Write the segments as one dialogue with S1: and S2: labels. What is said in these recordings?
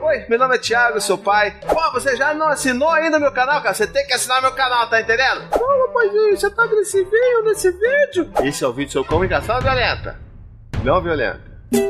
S1: Oi, meu nome é Thiago, seu pai. Pô, você já não assinou ainda meu canal, cara? Você tem que assinar meu canal, tá entendendo? Não, paizinho, você tá agressivinho nesse vídeo. Esse é o vídeo sobre comunicação violenta. Não violenta.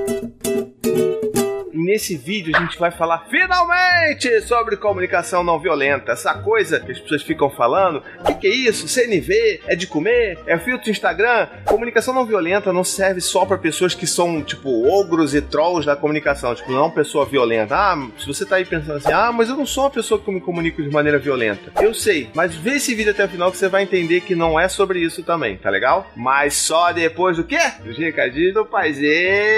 S1: Nesse vídeo a gente vai falar finalmente sobre comunicação não violenta. Essa coisa que as pessoas ficam falando, o que é isso? CNV? É de comer? É filtro de Instagram? Comunicação não violenta não serve só para pessoas que são tipo ogros e trolls da comunicação, tipo, não é uma pessoa violenta. Se você tá aí pensando assim, mas eu não sou uma pessoa que me comunico de maneira violenta. Eu sei, mas vê esse vídeo até o final que você vai entender que não é sobre isso também, tá legal? Mas só depois do quê? Dos recadinhos do paizinho.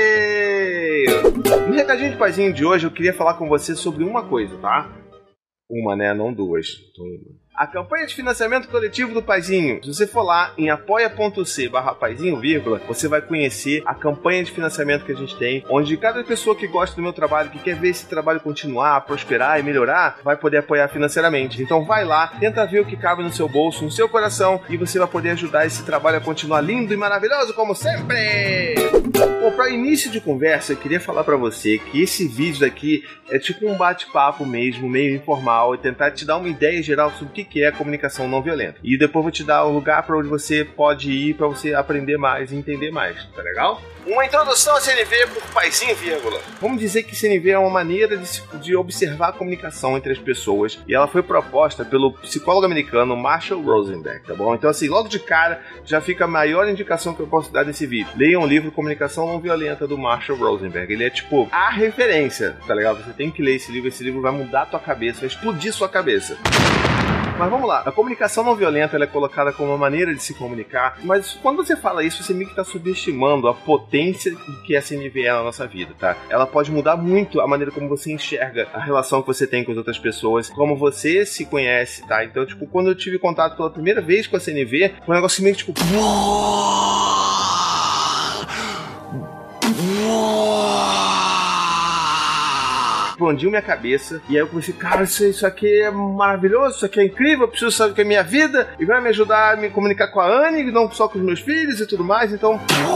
S1: No recadinho de paizinho de hoje eu queria falar com você sobre uma coisa, tá? Uma, né? Não duas. A campanha de financiamento coletivo do Paizinho. Se você for lá em apoia.c/paizinho, você vai conhecer a campanha de financiamento que a gente tem, onde cada pessoa que gosta do meu trabalho, que quer ver esse trabalho continuar, prosperar e melhorar, vai poder apoiar financeiramente. Então vai lá, tenta ver o que cabe no seu bolso, no seu coração, e você vai poder ajudar esse trabalho a continuar lindo e maravilhoso como sempre! Bom, para início de conversa, eu queria falar para você que esse vídeo daqui é tipo um bate-papo mesmo, meio informal, e tentar te dar uma ideia geral sobre o que é a comunicação não violenta. E depois vou te dar um lugar para onde você pode ir para você aprender mais e entender mais, tá legal? Uma introdução a CNV por paizinho, vírgula. Vamos dizer que CNV é uma maneira de observar a comunicação entre as pessoas, e ela foi proposta pelo psicólogo americano Marshall Rosenberg, tá bom? Então assim, logo de cara, já fica a maior indicação que eu posso dar nesse vídeo. Leiam o livro Comunicação Não Violenta do Marshall Rosenberg. Ele é tipo a referência, tá legal? Você tem que ler esse livro vai mudar a tua cabeça, vai explodir sua cabeça. Mas vamos lá, a comunicação não violenta ela é colocada como uma maneira de se comunicar, mas quando você fala isso, você meio que está subestimando a potência que a CNV é na nossa vida, tá? Ela pode mudar muito a maneira como você enxerga a relação que você tem com as outras pessoas, como você se conhece, tá? Então, tipo, quando eu tive contato pela primeira vez com a CNV, foi um negócio meio tipo... explodiu minha cabeça, e aí eu comecei, cara, isso aqui é maravilhoso, isso aqui é incrível, eu preciso saber o que é minha vida, e vai me ajudar a me comunicar com a Anne, não só com os meus filhos e tudo mais, então...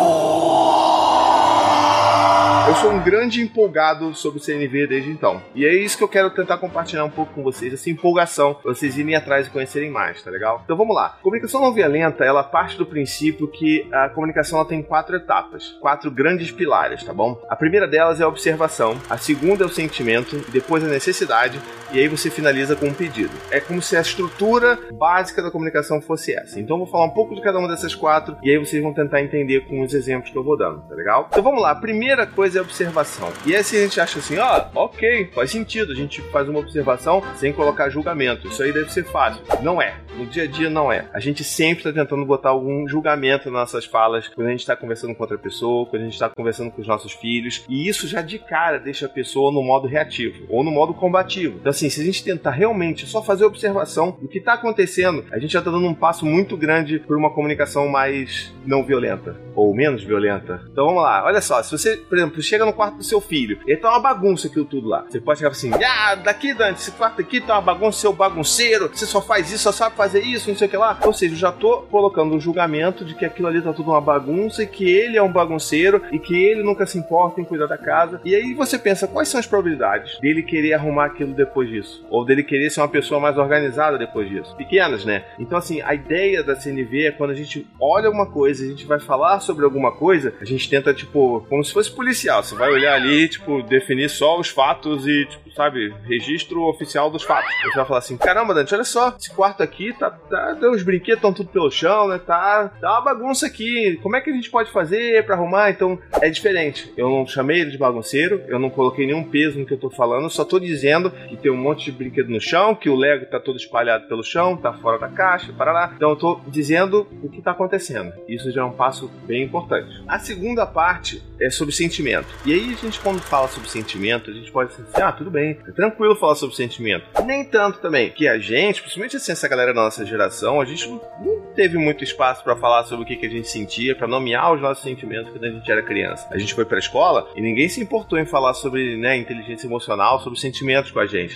S1: eu sou um grande empolgado sobre o CNV desde então. E é isso que eu quero tentar compartilhar um pouco com vocês, essa empolgação, pra vocês irem atrás e conhecerem mais, tá legal? Então vamos lá. Comunicação não violenta, ela parte do princípio que a comunicação ela tem 4 etapas, 4 grandes pilares, tá bom? A primeira delas é a observação, a segunda é o sentimento, depois a necessidade, e aí você finaliza com um pedido. É como se a estrutura básica da comunicação fosse essa. Então eu vou falar um pouco de cada uma dessas 4, e aí vocês vão tentar entender com os exemplos que eu vou dando, tá legal? Então vamos lá. A primeira coisa é a observação. E aí se a gente acha assim, ok, faz sentido, a gente faz uma observação sem colocar julgamento. Isso aí deve ser fácil. Não é. No dia a dia não é. A gente sempre está tentando botar algum julgamento nas nossas falas, quando a gente está conversando com outra pessoa, quando a gente está conversando com os nossos filhos, e isso já de cara deixa a pessoa no modo reativo, ou no modo combativo. Então assim, se a gente tentar realmente só fazer observação do que está acontecendo, a gente já está dando um passo muito grande por uma comunicação mais não violenta, ou menos violenta. Então vamos lá, olha só, se você, por exemplo, chega no quarto do seu filho, e tá uma bagunça aquilo tudo lá, você pode chegar assim, daqui, Dante, esse quarto aqui tá uma bagunça, seu bagunceiro, você só faz isso, só sabe fazer isso, não sei o que lá. Ou seja, eu já tô colocando um julgamento de que aquilo ali tá tudo uma bagunça, e que ele é um bagunceiro, e que ele nunca se importa em cuidar da casa. E aí você pensa, quais são as probabilidades dele querer arrumar aquilo depois disso? Ou dele querer ser uma pessoa mais organizada depois disso? Pequenas, né? Então assim, a ideia da CNV é quando a gente olha alguma coisa, a gente vai falar sobre alguma coisa, a gente tenta, tipo, como se fosse policial. Você vai olhar ali, tipo, definir só os fatos e, tipo, sabe, registro oficial dos fatos. Você vai falar assim, caramba, Dante, olha só, esse quarto aqui os brinquedos estão tudo pelo chão, né, tá uma bagunça aqui, como é que a gente pode fazer pra arrumar? Então, é diferente. Eu não chamei ele de bagunceiro, eu não coloquei nenhum peso no que eu tô falando, eu só tô dizendo que tem um monte de brinquedo no chão, que o Lego tá todo espalhado pelo chão, tá fora da caixa, parará. Então, eu tô dizendo o que tá acontecendo. Isso já é um passo bem importante. A segunda parte é sobre sentimento. E aí, a gente, quando fala sobre sentimento, a gente pode dizer, tudo bem, é tranquilo falar sobre sentimento. Nem tanto também, que a gente, principalmente assim, essa galera da nossa geração, a gente não teve muito espaço pra falar sobre o que a gente sentia, pra nomear os nossos sentimentos quando a gente era criança. A gente foi pra escola e ninguém se importou em falar sobre, né, inteligência emocional, sobre sentimentos com a gente.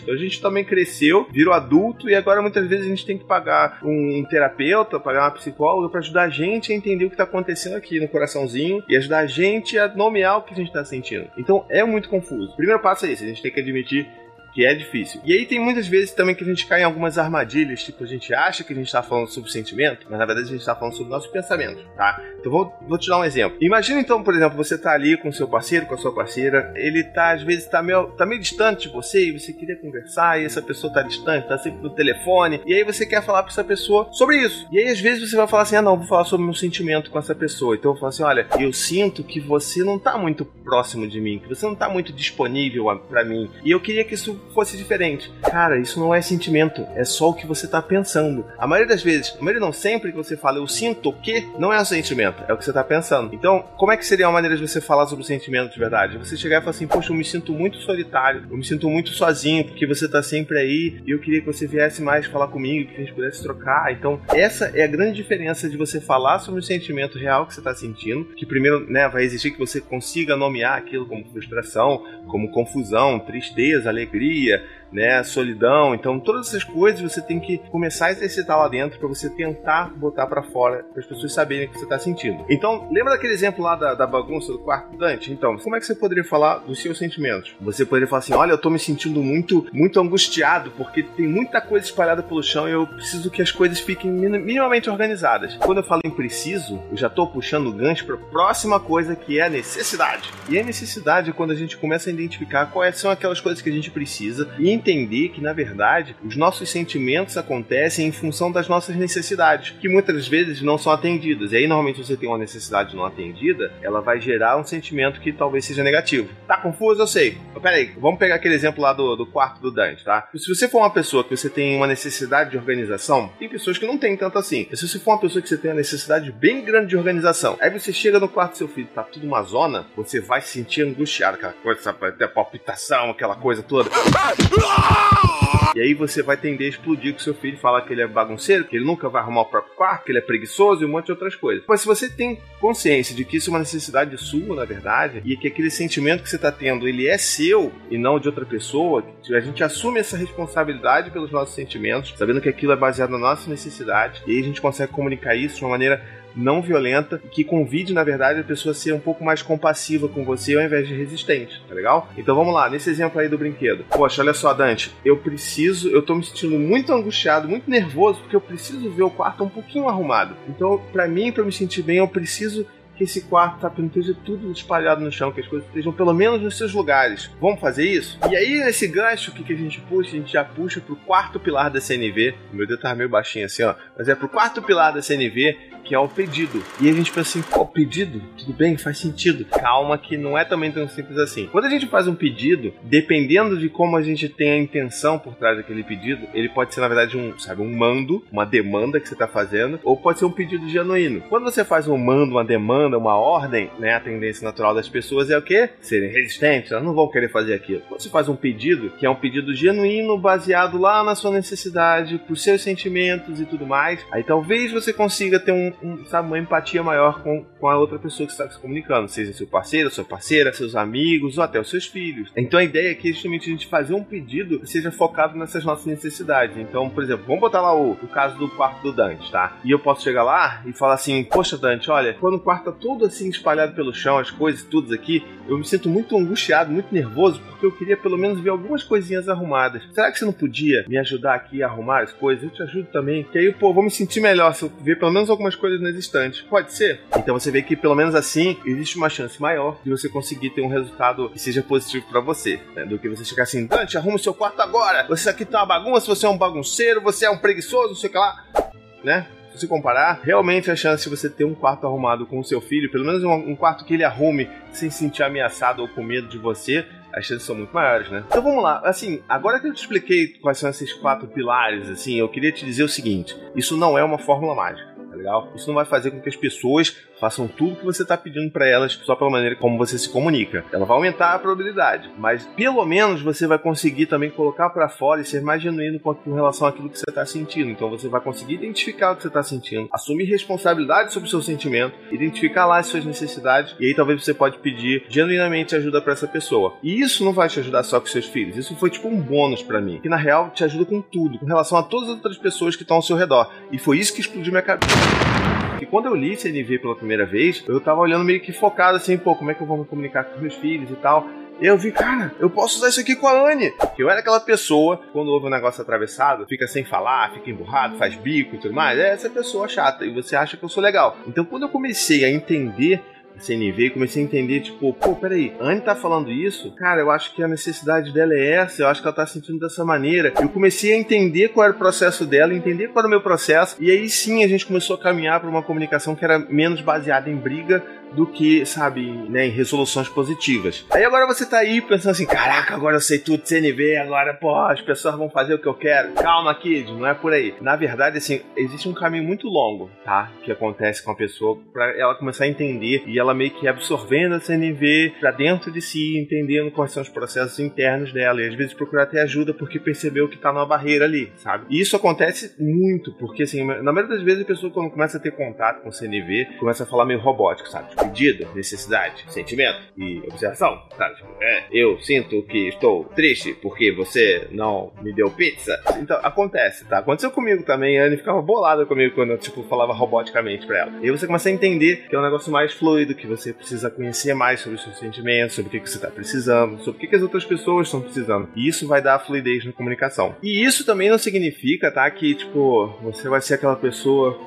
S1: Então a gente também cresceu, virou adulto e agora muitas vezes a gente tem que pagar um terapeuta, pagar uma psicóloga para ajudar a gente a entender o que está acontecendo aqui no coraçãozinho e ajudar a gente a nomear o que a gente está sentindo. Então é muito confuso. O primeiro passo é esse, a gente tem que admitir que é difícil. E aí tem muitas vezes também que a gente cai em algumas armadilhas, tipo, a gente acha que a gente tá falando sobre sentimento, mas na verdade a gente tá falando sobre nossos pensamentos, tá? Então vou te dar um exemplo. Imagina então, por exemplo, você tá ali com o seu parceiro, com a sua parceira, ele tá, às vezes, tá meio distante de você e você queria conversar e essa pessoa tá distante, tá sempre no telefone, e aí você quer falar pra essa pessoa sobre isso. E aí às vezes você vai falar assim, não, vou falar sobre o meu sentimento com essa pessoa. Então eu vou falar assim, olha, eu sinto que você não tá muito próximo de mim, que você não tá muito disponível pra mim, e eu queria que isso fosse diferente. Cara, isso não é sentimento, é só o que você tá pensando. A maioria das vezes, a maioria não, sempre que você fala eu sinto o que, não é o sentimento, é o que você tá pensando. Então, como é que seria uma maneira de você falar sobre o sentimento de verdade? Você chegar e falar assim, poxa, eu me sinto muito solitário, eu me sinto muito sozinho, porque você tá sempre aí, e eu queria que você viesse mais falar comigo, que a gente pudesse trocar. Então, essa é a grande diferença de você falar sobre o sentimento real que você tá sentindo, que primeiro, né, vai exigir que você consiga nomear aquilo como frustração, como confusão, tristeza, alegria, né, solidão. Então todas essas coisas você tem que começar a exercitar lá dentro para você tentar botar para fora, para as pessoas saberem o que você está sentindo. Então lembra daquele exemplo lá da bagunça do quarto do Dante? Então como é que você poderia falar dos seus sentimentos? Você poderia falar assim, olha, eu tô me sentindo muito angustiado porque tem muita coisa espalhada pelo chão e eu preciso que as coisas fiquem minimamente organizadas. Quando eu falo em preciso, eu já tô puxando o gancho para a próxima coisa, que é a necessidade. E a necessidade é quando a gente começa a identificar quais são aquelas coisas que a gente precisa e entender que, na verdade, os nossos sentimentos acontecem em função das nossas necessidades, que muitas vezes não são atendidas. E aí, normalmente, você tem uma necessidade não atendida, ela vai gerar um sentimento que talvez seja negativo. Tá confuso? Eu sei. Mas peraí, vamos pegar aquele exemplo lá do quarto do Dante, tá? Se você for uma pessoa que você tem uma necessidade de organização, tem pessoas que não têm tanto assim. Mas se você for uma pessoa que você tem uma necessidade bem grande de organização, aí você chega no quarto do seu filho, tá tudo uma zona, você vai se sentir angustiado, aquela coisa, sabe, até palpitação, aquela coisa toda. E aí você vai tender a explodir com seu filho, falar que ele é bagunceiro, que ele nunca vai arrumar o próprio quarto, que ele é preguiçoso e um monte de outras coisas. Mas se você tem consciência de que isso é uma necessidade sua, na verdade, e que aquele sentimento que você está tendo, ele é seu e não de outra pessoa, a gente assume essa responsabilidade pelos nossos sentimentos, sabendo que aquilo é baseado na nossa necessidade, e aí a gente consegue comunicar isso de uma maneira não violenta, que convide, na verdade, a pessoa a ser um pouco mais compassiva com você ao invés de resistente, tá legal? Então vamos lá, nesse exemplo aí do brinquedo. Poxa, olha só, Dante, eu tô me sentindo muito angustiado, muito nervoso, porque eu preciso ver o quarto um pouquinho arrumado. Então, pra mim, pra me sentir bem, eu preciso que esse quarto esteja tudo espalhado no chão, que as coisas estejam pelo menos nos seus lugares. Vamos fazer isso? E aí, nesse gancho, o que a gente puxa? A gente já puxa pro quarto pilar da CNV. O meu dedo tá meio baixinho assim, ó. Mas é pro quarto pilar da CNV, que é o pedido. E a gente pensa assim, pô, pedido? Tudo bem, faz sentido. Calma que não é também tão simples assim. Quando a gente faz um pedido, dependendo de como a gente tem a intenção por trás daquele pedido, ele pode ser, na verdade, um mando, uma demanda que você tá fazendo, ou pode ser um pedido genuíno. Quando você faz um mando, uma demanda, uma ordem, né, a tendência natural das pessoas é o quê? Serem resistentes, elas não vão querer fazer aquilo. Quando você faz um pedido, que é um pedido genuíno, baseado lá na sua necessidade, pros seus sentimentos e tudo mais, aí talvez você consiga ter uma empatia maior com a outra pessoa que está se comunicando, seja seu parceiro, sua parceira, seus amigos ou até os seus filhos. Então a ideia aqui é justamente a gente fazer um pedido que seja focado nessas nossas necessidades. Então, por exemplo, vamos botar lá o caso do quarto do Dante, tá? E eu posso chegar lá e falar assim, poxa, Dante, olha, quando o quarto tá todo assim espalhado pelo chão, as coisas, tudo aqui, eu me sinto muito angustiado, muito nervoso, porque eu queria pelo menos ver algumas coisinhas arrumadas. Será que você não podia me ajudar aqui a arrumar as coisas? Eu te ajudo também. Que aí, pô, vou me sentir melhor se eu ver pelo menos algumas coisas nas estantes. Pode ser? Então você vê que pelo menos assim, existe uma chance maior de você conseguir ter um resultado que seja positivo pra você, né? Do que você chegar assim, Dante, arruma o seu quarto agora! Você aqui tá uma bagunça, você é um bagunceiro, você é um preguiçoso, não sei o que lá, né? Se comparar, realmente a chance de você ter um quarto arrumado com o seu filho, pelo menos um quarto que ele arrume sem se sentir ameaçado ou com medo de você, as chances são muito maiores, né? Então vamos lá, assim, agora que eu te expliquei quais são esses 4 pilares, assim, eu queria te dizer o seguinte, isso não é uma fórmula mágica. legal? Isso não vai fazer com que as pessoas façam tudo que você está pedindo para elas só pela maneira como você se comunica. Ela vai aumentar a probabilidade, mas pelo menos você vai conseguir também colocar para fora e ser mais genuíno com relação àquilo que você está sentindo. Então você vai conseguir identificar o que você está sentindo, assumir responsabilidade sobre o seu sentimento, identificar lá as suas necessidades, e aí talvez você pode pedir genuinamente ajuda para essa pessoa. E isso não vai te ajudar só com seus filhos, isso foi tipo um bônus para mim, que na real te ajuda com tudo, com relação a todas as outras pessoas que estão ao seu redor. E foi isso que explodiu minha cabeça. E quando eu li CNV pela primeira vez, eu tava olhando meio que focado assim, pô, como é que eu vou me comunicar com meus filhos e tal. E eu vi, cara, eu posso usar isso aqui com a Anne. Que eu era aquela pessoa, quando houve um negócio atravessado, fica sem falar, fica emburrado, faz bico e tudo mais. É essa pessoa chata, e você acha que eu sou legal. Então quando eu comecei a entender CNV e comecei a entender, tipo, pô, peraí, a Anne tá falando isso? Cara, eu acho que a necessidade dela é essa, eu acho que ela tá sentindo dessa maneira. Eu comecei a entender qual era o processo dela, entender qual era o meu processo, e aí sim a gente começou a caminhar para uma comunicação que era menos baseada em briga do que, sabe, né, em resoluções positivas. Aí agora você tá aí pensando assim, caraca, agora eu sei tudo de CNV, agora, pô, as pessoas vão fazer o que eu quero. Calma, kid, não é por aí. Na verdade, assim, existe um caminho muito longo, tá, que acontece com a pessoa pra ela começar a entender e ela meio que absorvendo a CNV pra dentro de si, entendendo quais são os processos internos dela e às vezes procurar ter ajuda porque percebeu que tá numa barreira ali, sabe? E isso acontece muito, porque assim, na maioria das vezes a pessoa quando começa a ter contato com o CNV, começa a falar meio robótico, sabe? Pedido, necessidade, sentimento e observação, sabe? Tipo, eu sinto que estou triste porque você não me deu pizza. Então, acontece, tá? Aconteceu comigo também, a Anne ficava bolada comigo quando eu, tipo, falava roboticamente pra ela. E aí você começa a entender que é um negócio mais fluido, que você precisa conhecer mais sobre os seus sentimentos, sobre o que você tá precisando, sobre o que as outras pessoas estão precisando. E isso vai dar fluidez na comunicação. E isso também não significa, tá? Que, tipo, você vai ser aquela pessoa...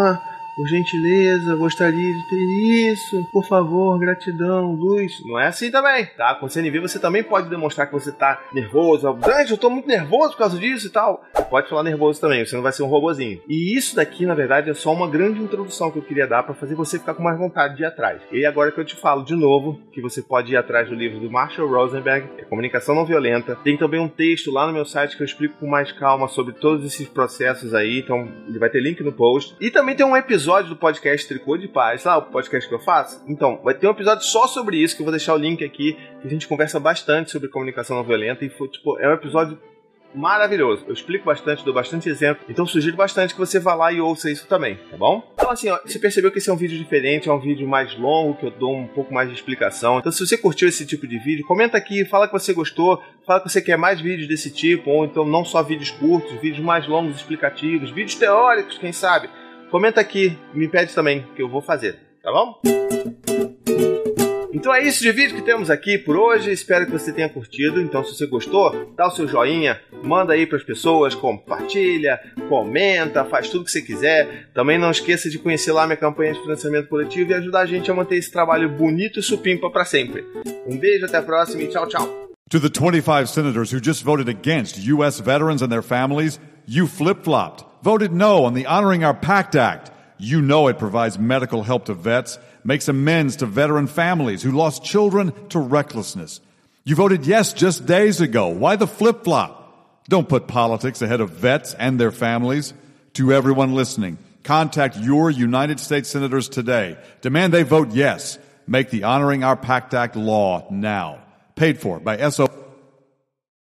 S1: por gentileza, gostaria de ter isso. Por favor, gratidão, luz. Não é assim também, tá? Com o CNV você também pode demonstrar que você tá nervoso. Grande, eu tô muito nervoso por causa disso e tal. Você pode falar nervoso também, você não vai ser um robozinho. E isso daqui, na verdade, é só uma grande introdução que eu queria dar pra fazer você ficar com mais vontade de ir atrás. E agora que eu te falo de novo, que você pode ir atrás do livro do Marshall Rosenberg, que é Comunicação Não Violenta. Tem também um texto lá no meu site que eu explico com mais calma sobre todos esses processos aí. Então, ele vai ter link no post. E também tem um episódio do podcast Tricô de Paz, lá o podcast que eu faço. Então, vai ter um episódio só sobre isso, que eu vou deixar o link aqui, que a gente conversa bastante sobre comunicação não violenta, e tipo, é um episódio maravilhoso. Eu explico bastante, dou bastante exemplo, então sugiro bastante que você vá lá e ouça isso também, tá bom? Então assim, ó, você percebeu que esse é um vídeo diferente, é um vídeo mais longo, que eu dou um pouco mais de explicação. Então se você curtiu esse tipo de vídeo, comenta aqui, fala que você gostou, fala que você quer mais vídeos desse tipo, ou então não só vídeos curtos, vídeos mais longos, explicativos, vídeos teóricos, quem sabe? Comenta aqui, me pede também, que eu vou fazer, tá bom? Então é isso de vídeo que temos aqui por hoje, espero que você tenha curtido. Então se você gostou, dá o seu joinha, manda aí para as pessoas, compartilha, comenta, faz tudo que você quiser. Também não esqueça de conhecer lá minha campanha de financiamento coletivo e ajudar a gente a manter esse trabalho bonito e supimpa para sempre. Um beijo, até a próxima e tchau, tchau.
S2: To the 25 senators who just voted against U.S. veterans and their families, you flip-flopped. Voted no on the Honoring Our Pact Act. You know it provides medical help to vets, makes amends to veteran families who lost children to recklessness. You voted yes just days ago. Why the flip-flop? Don't put politics ahead of vets and their families. To everyone listening, contact your United States senators today. Demand they vote yes. Make the Honoring Our Pact Act law now. Paid for by SO...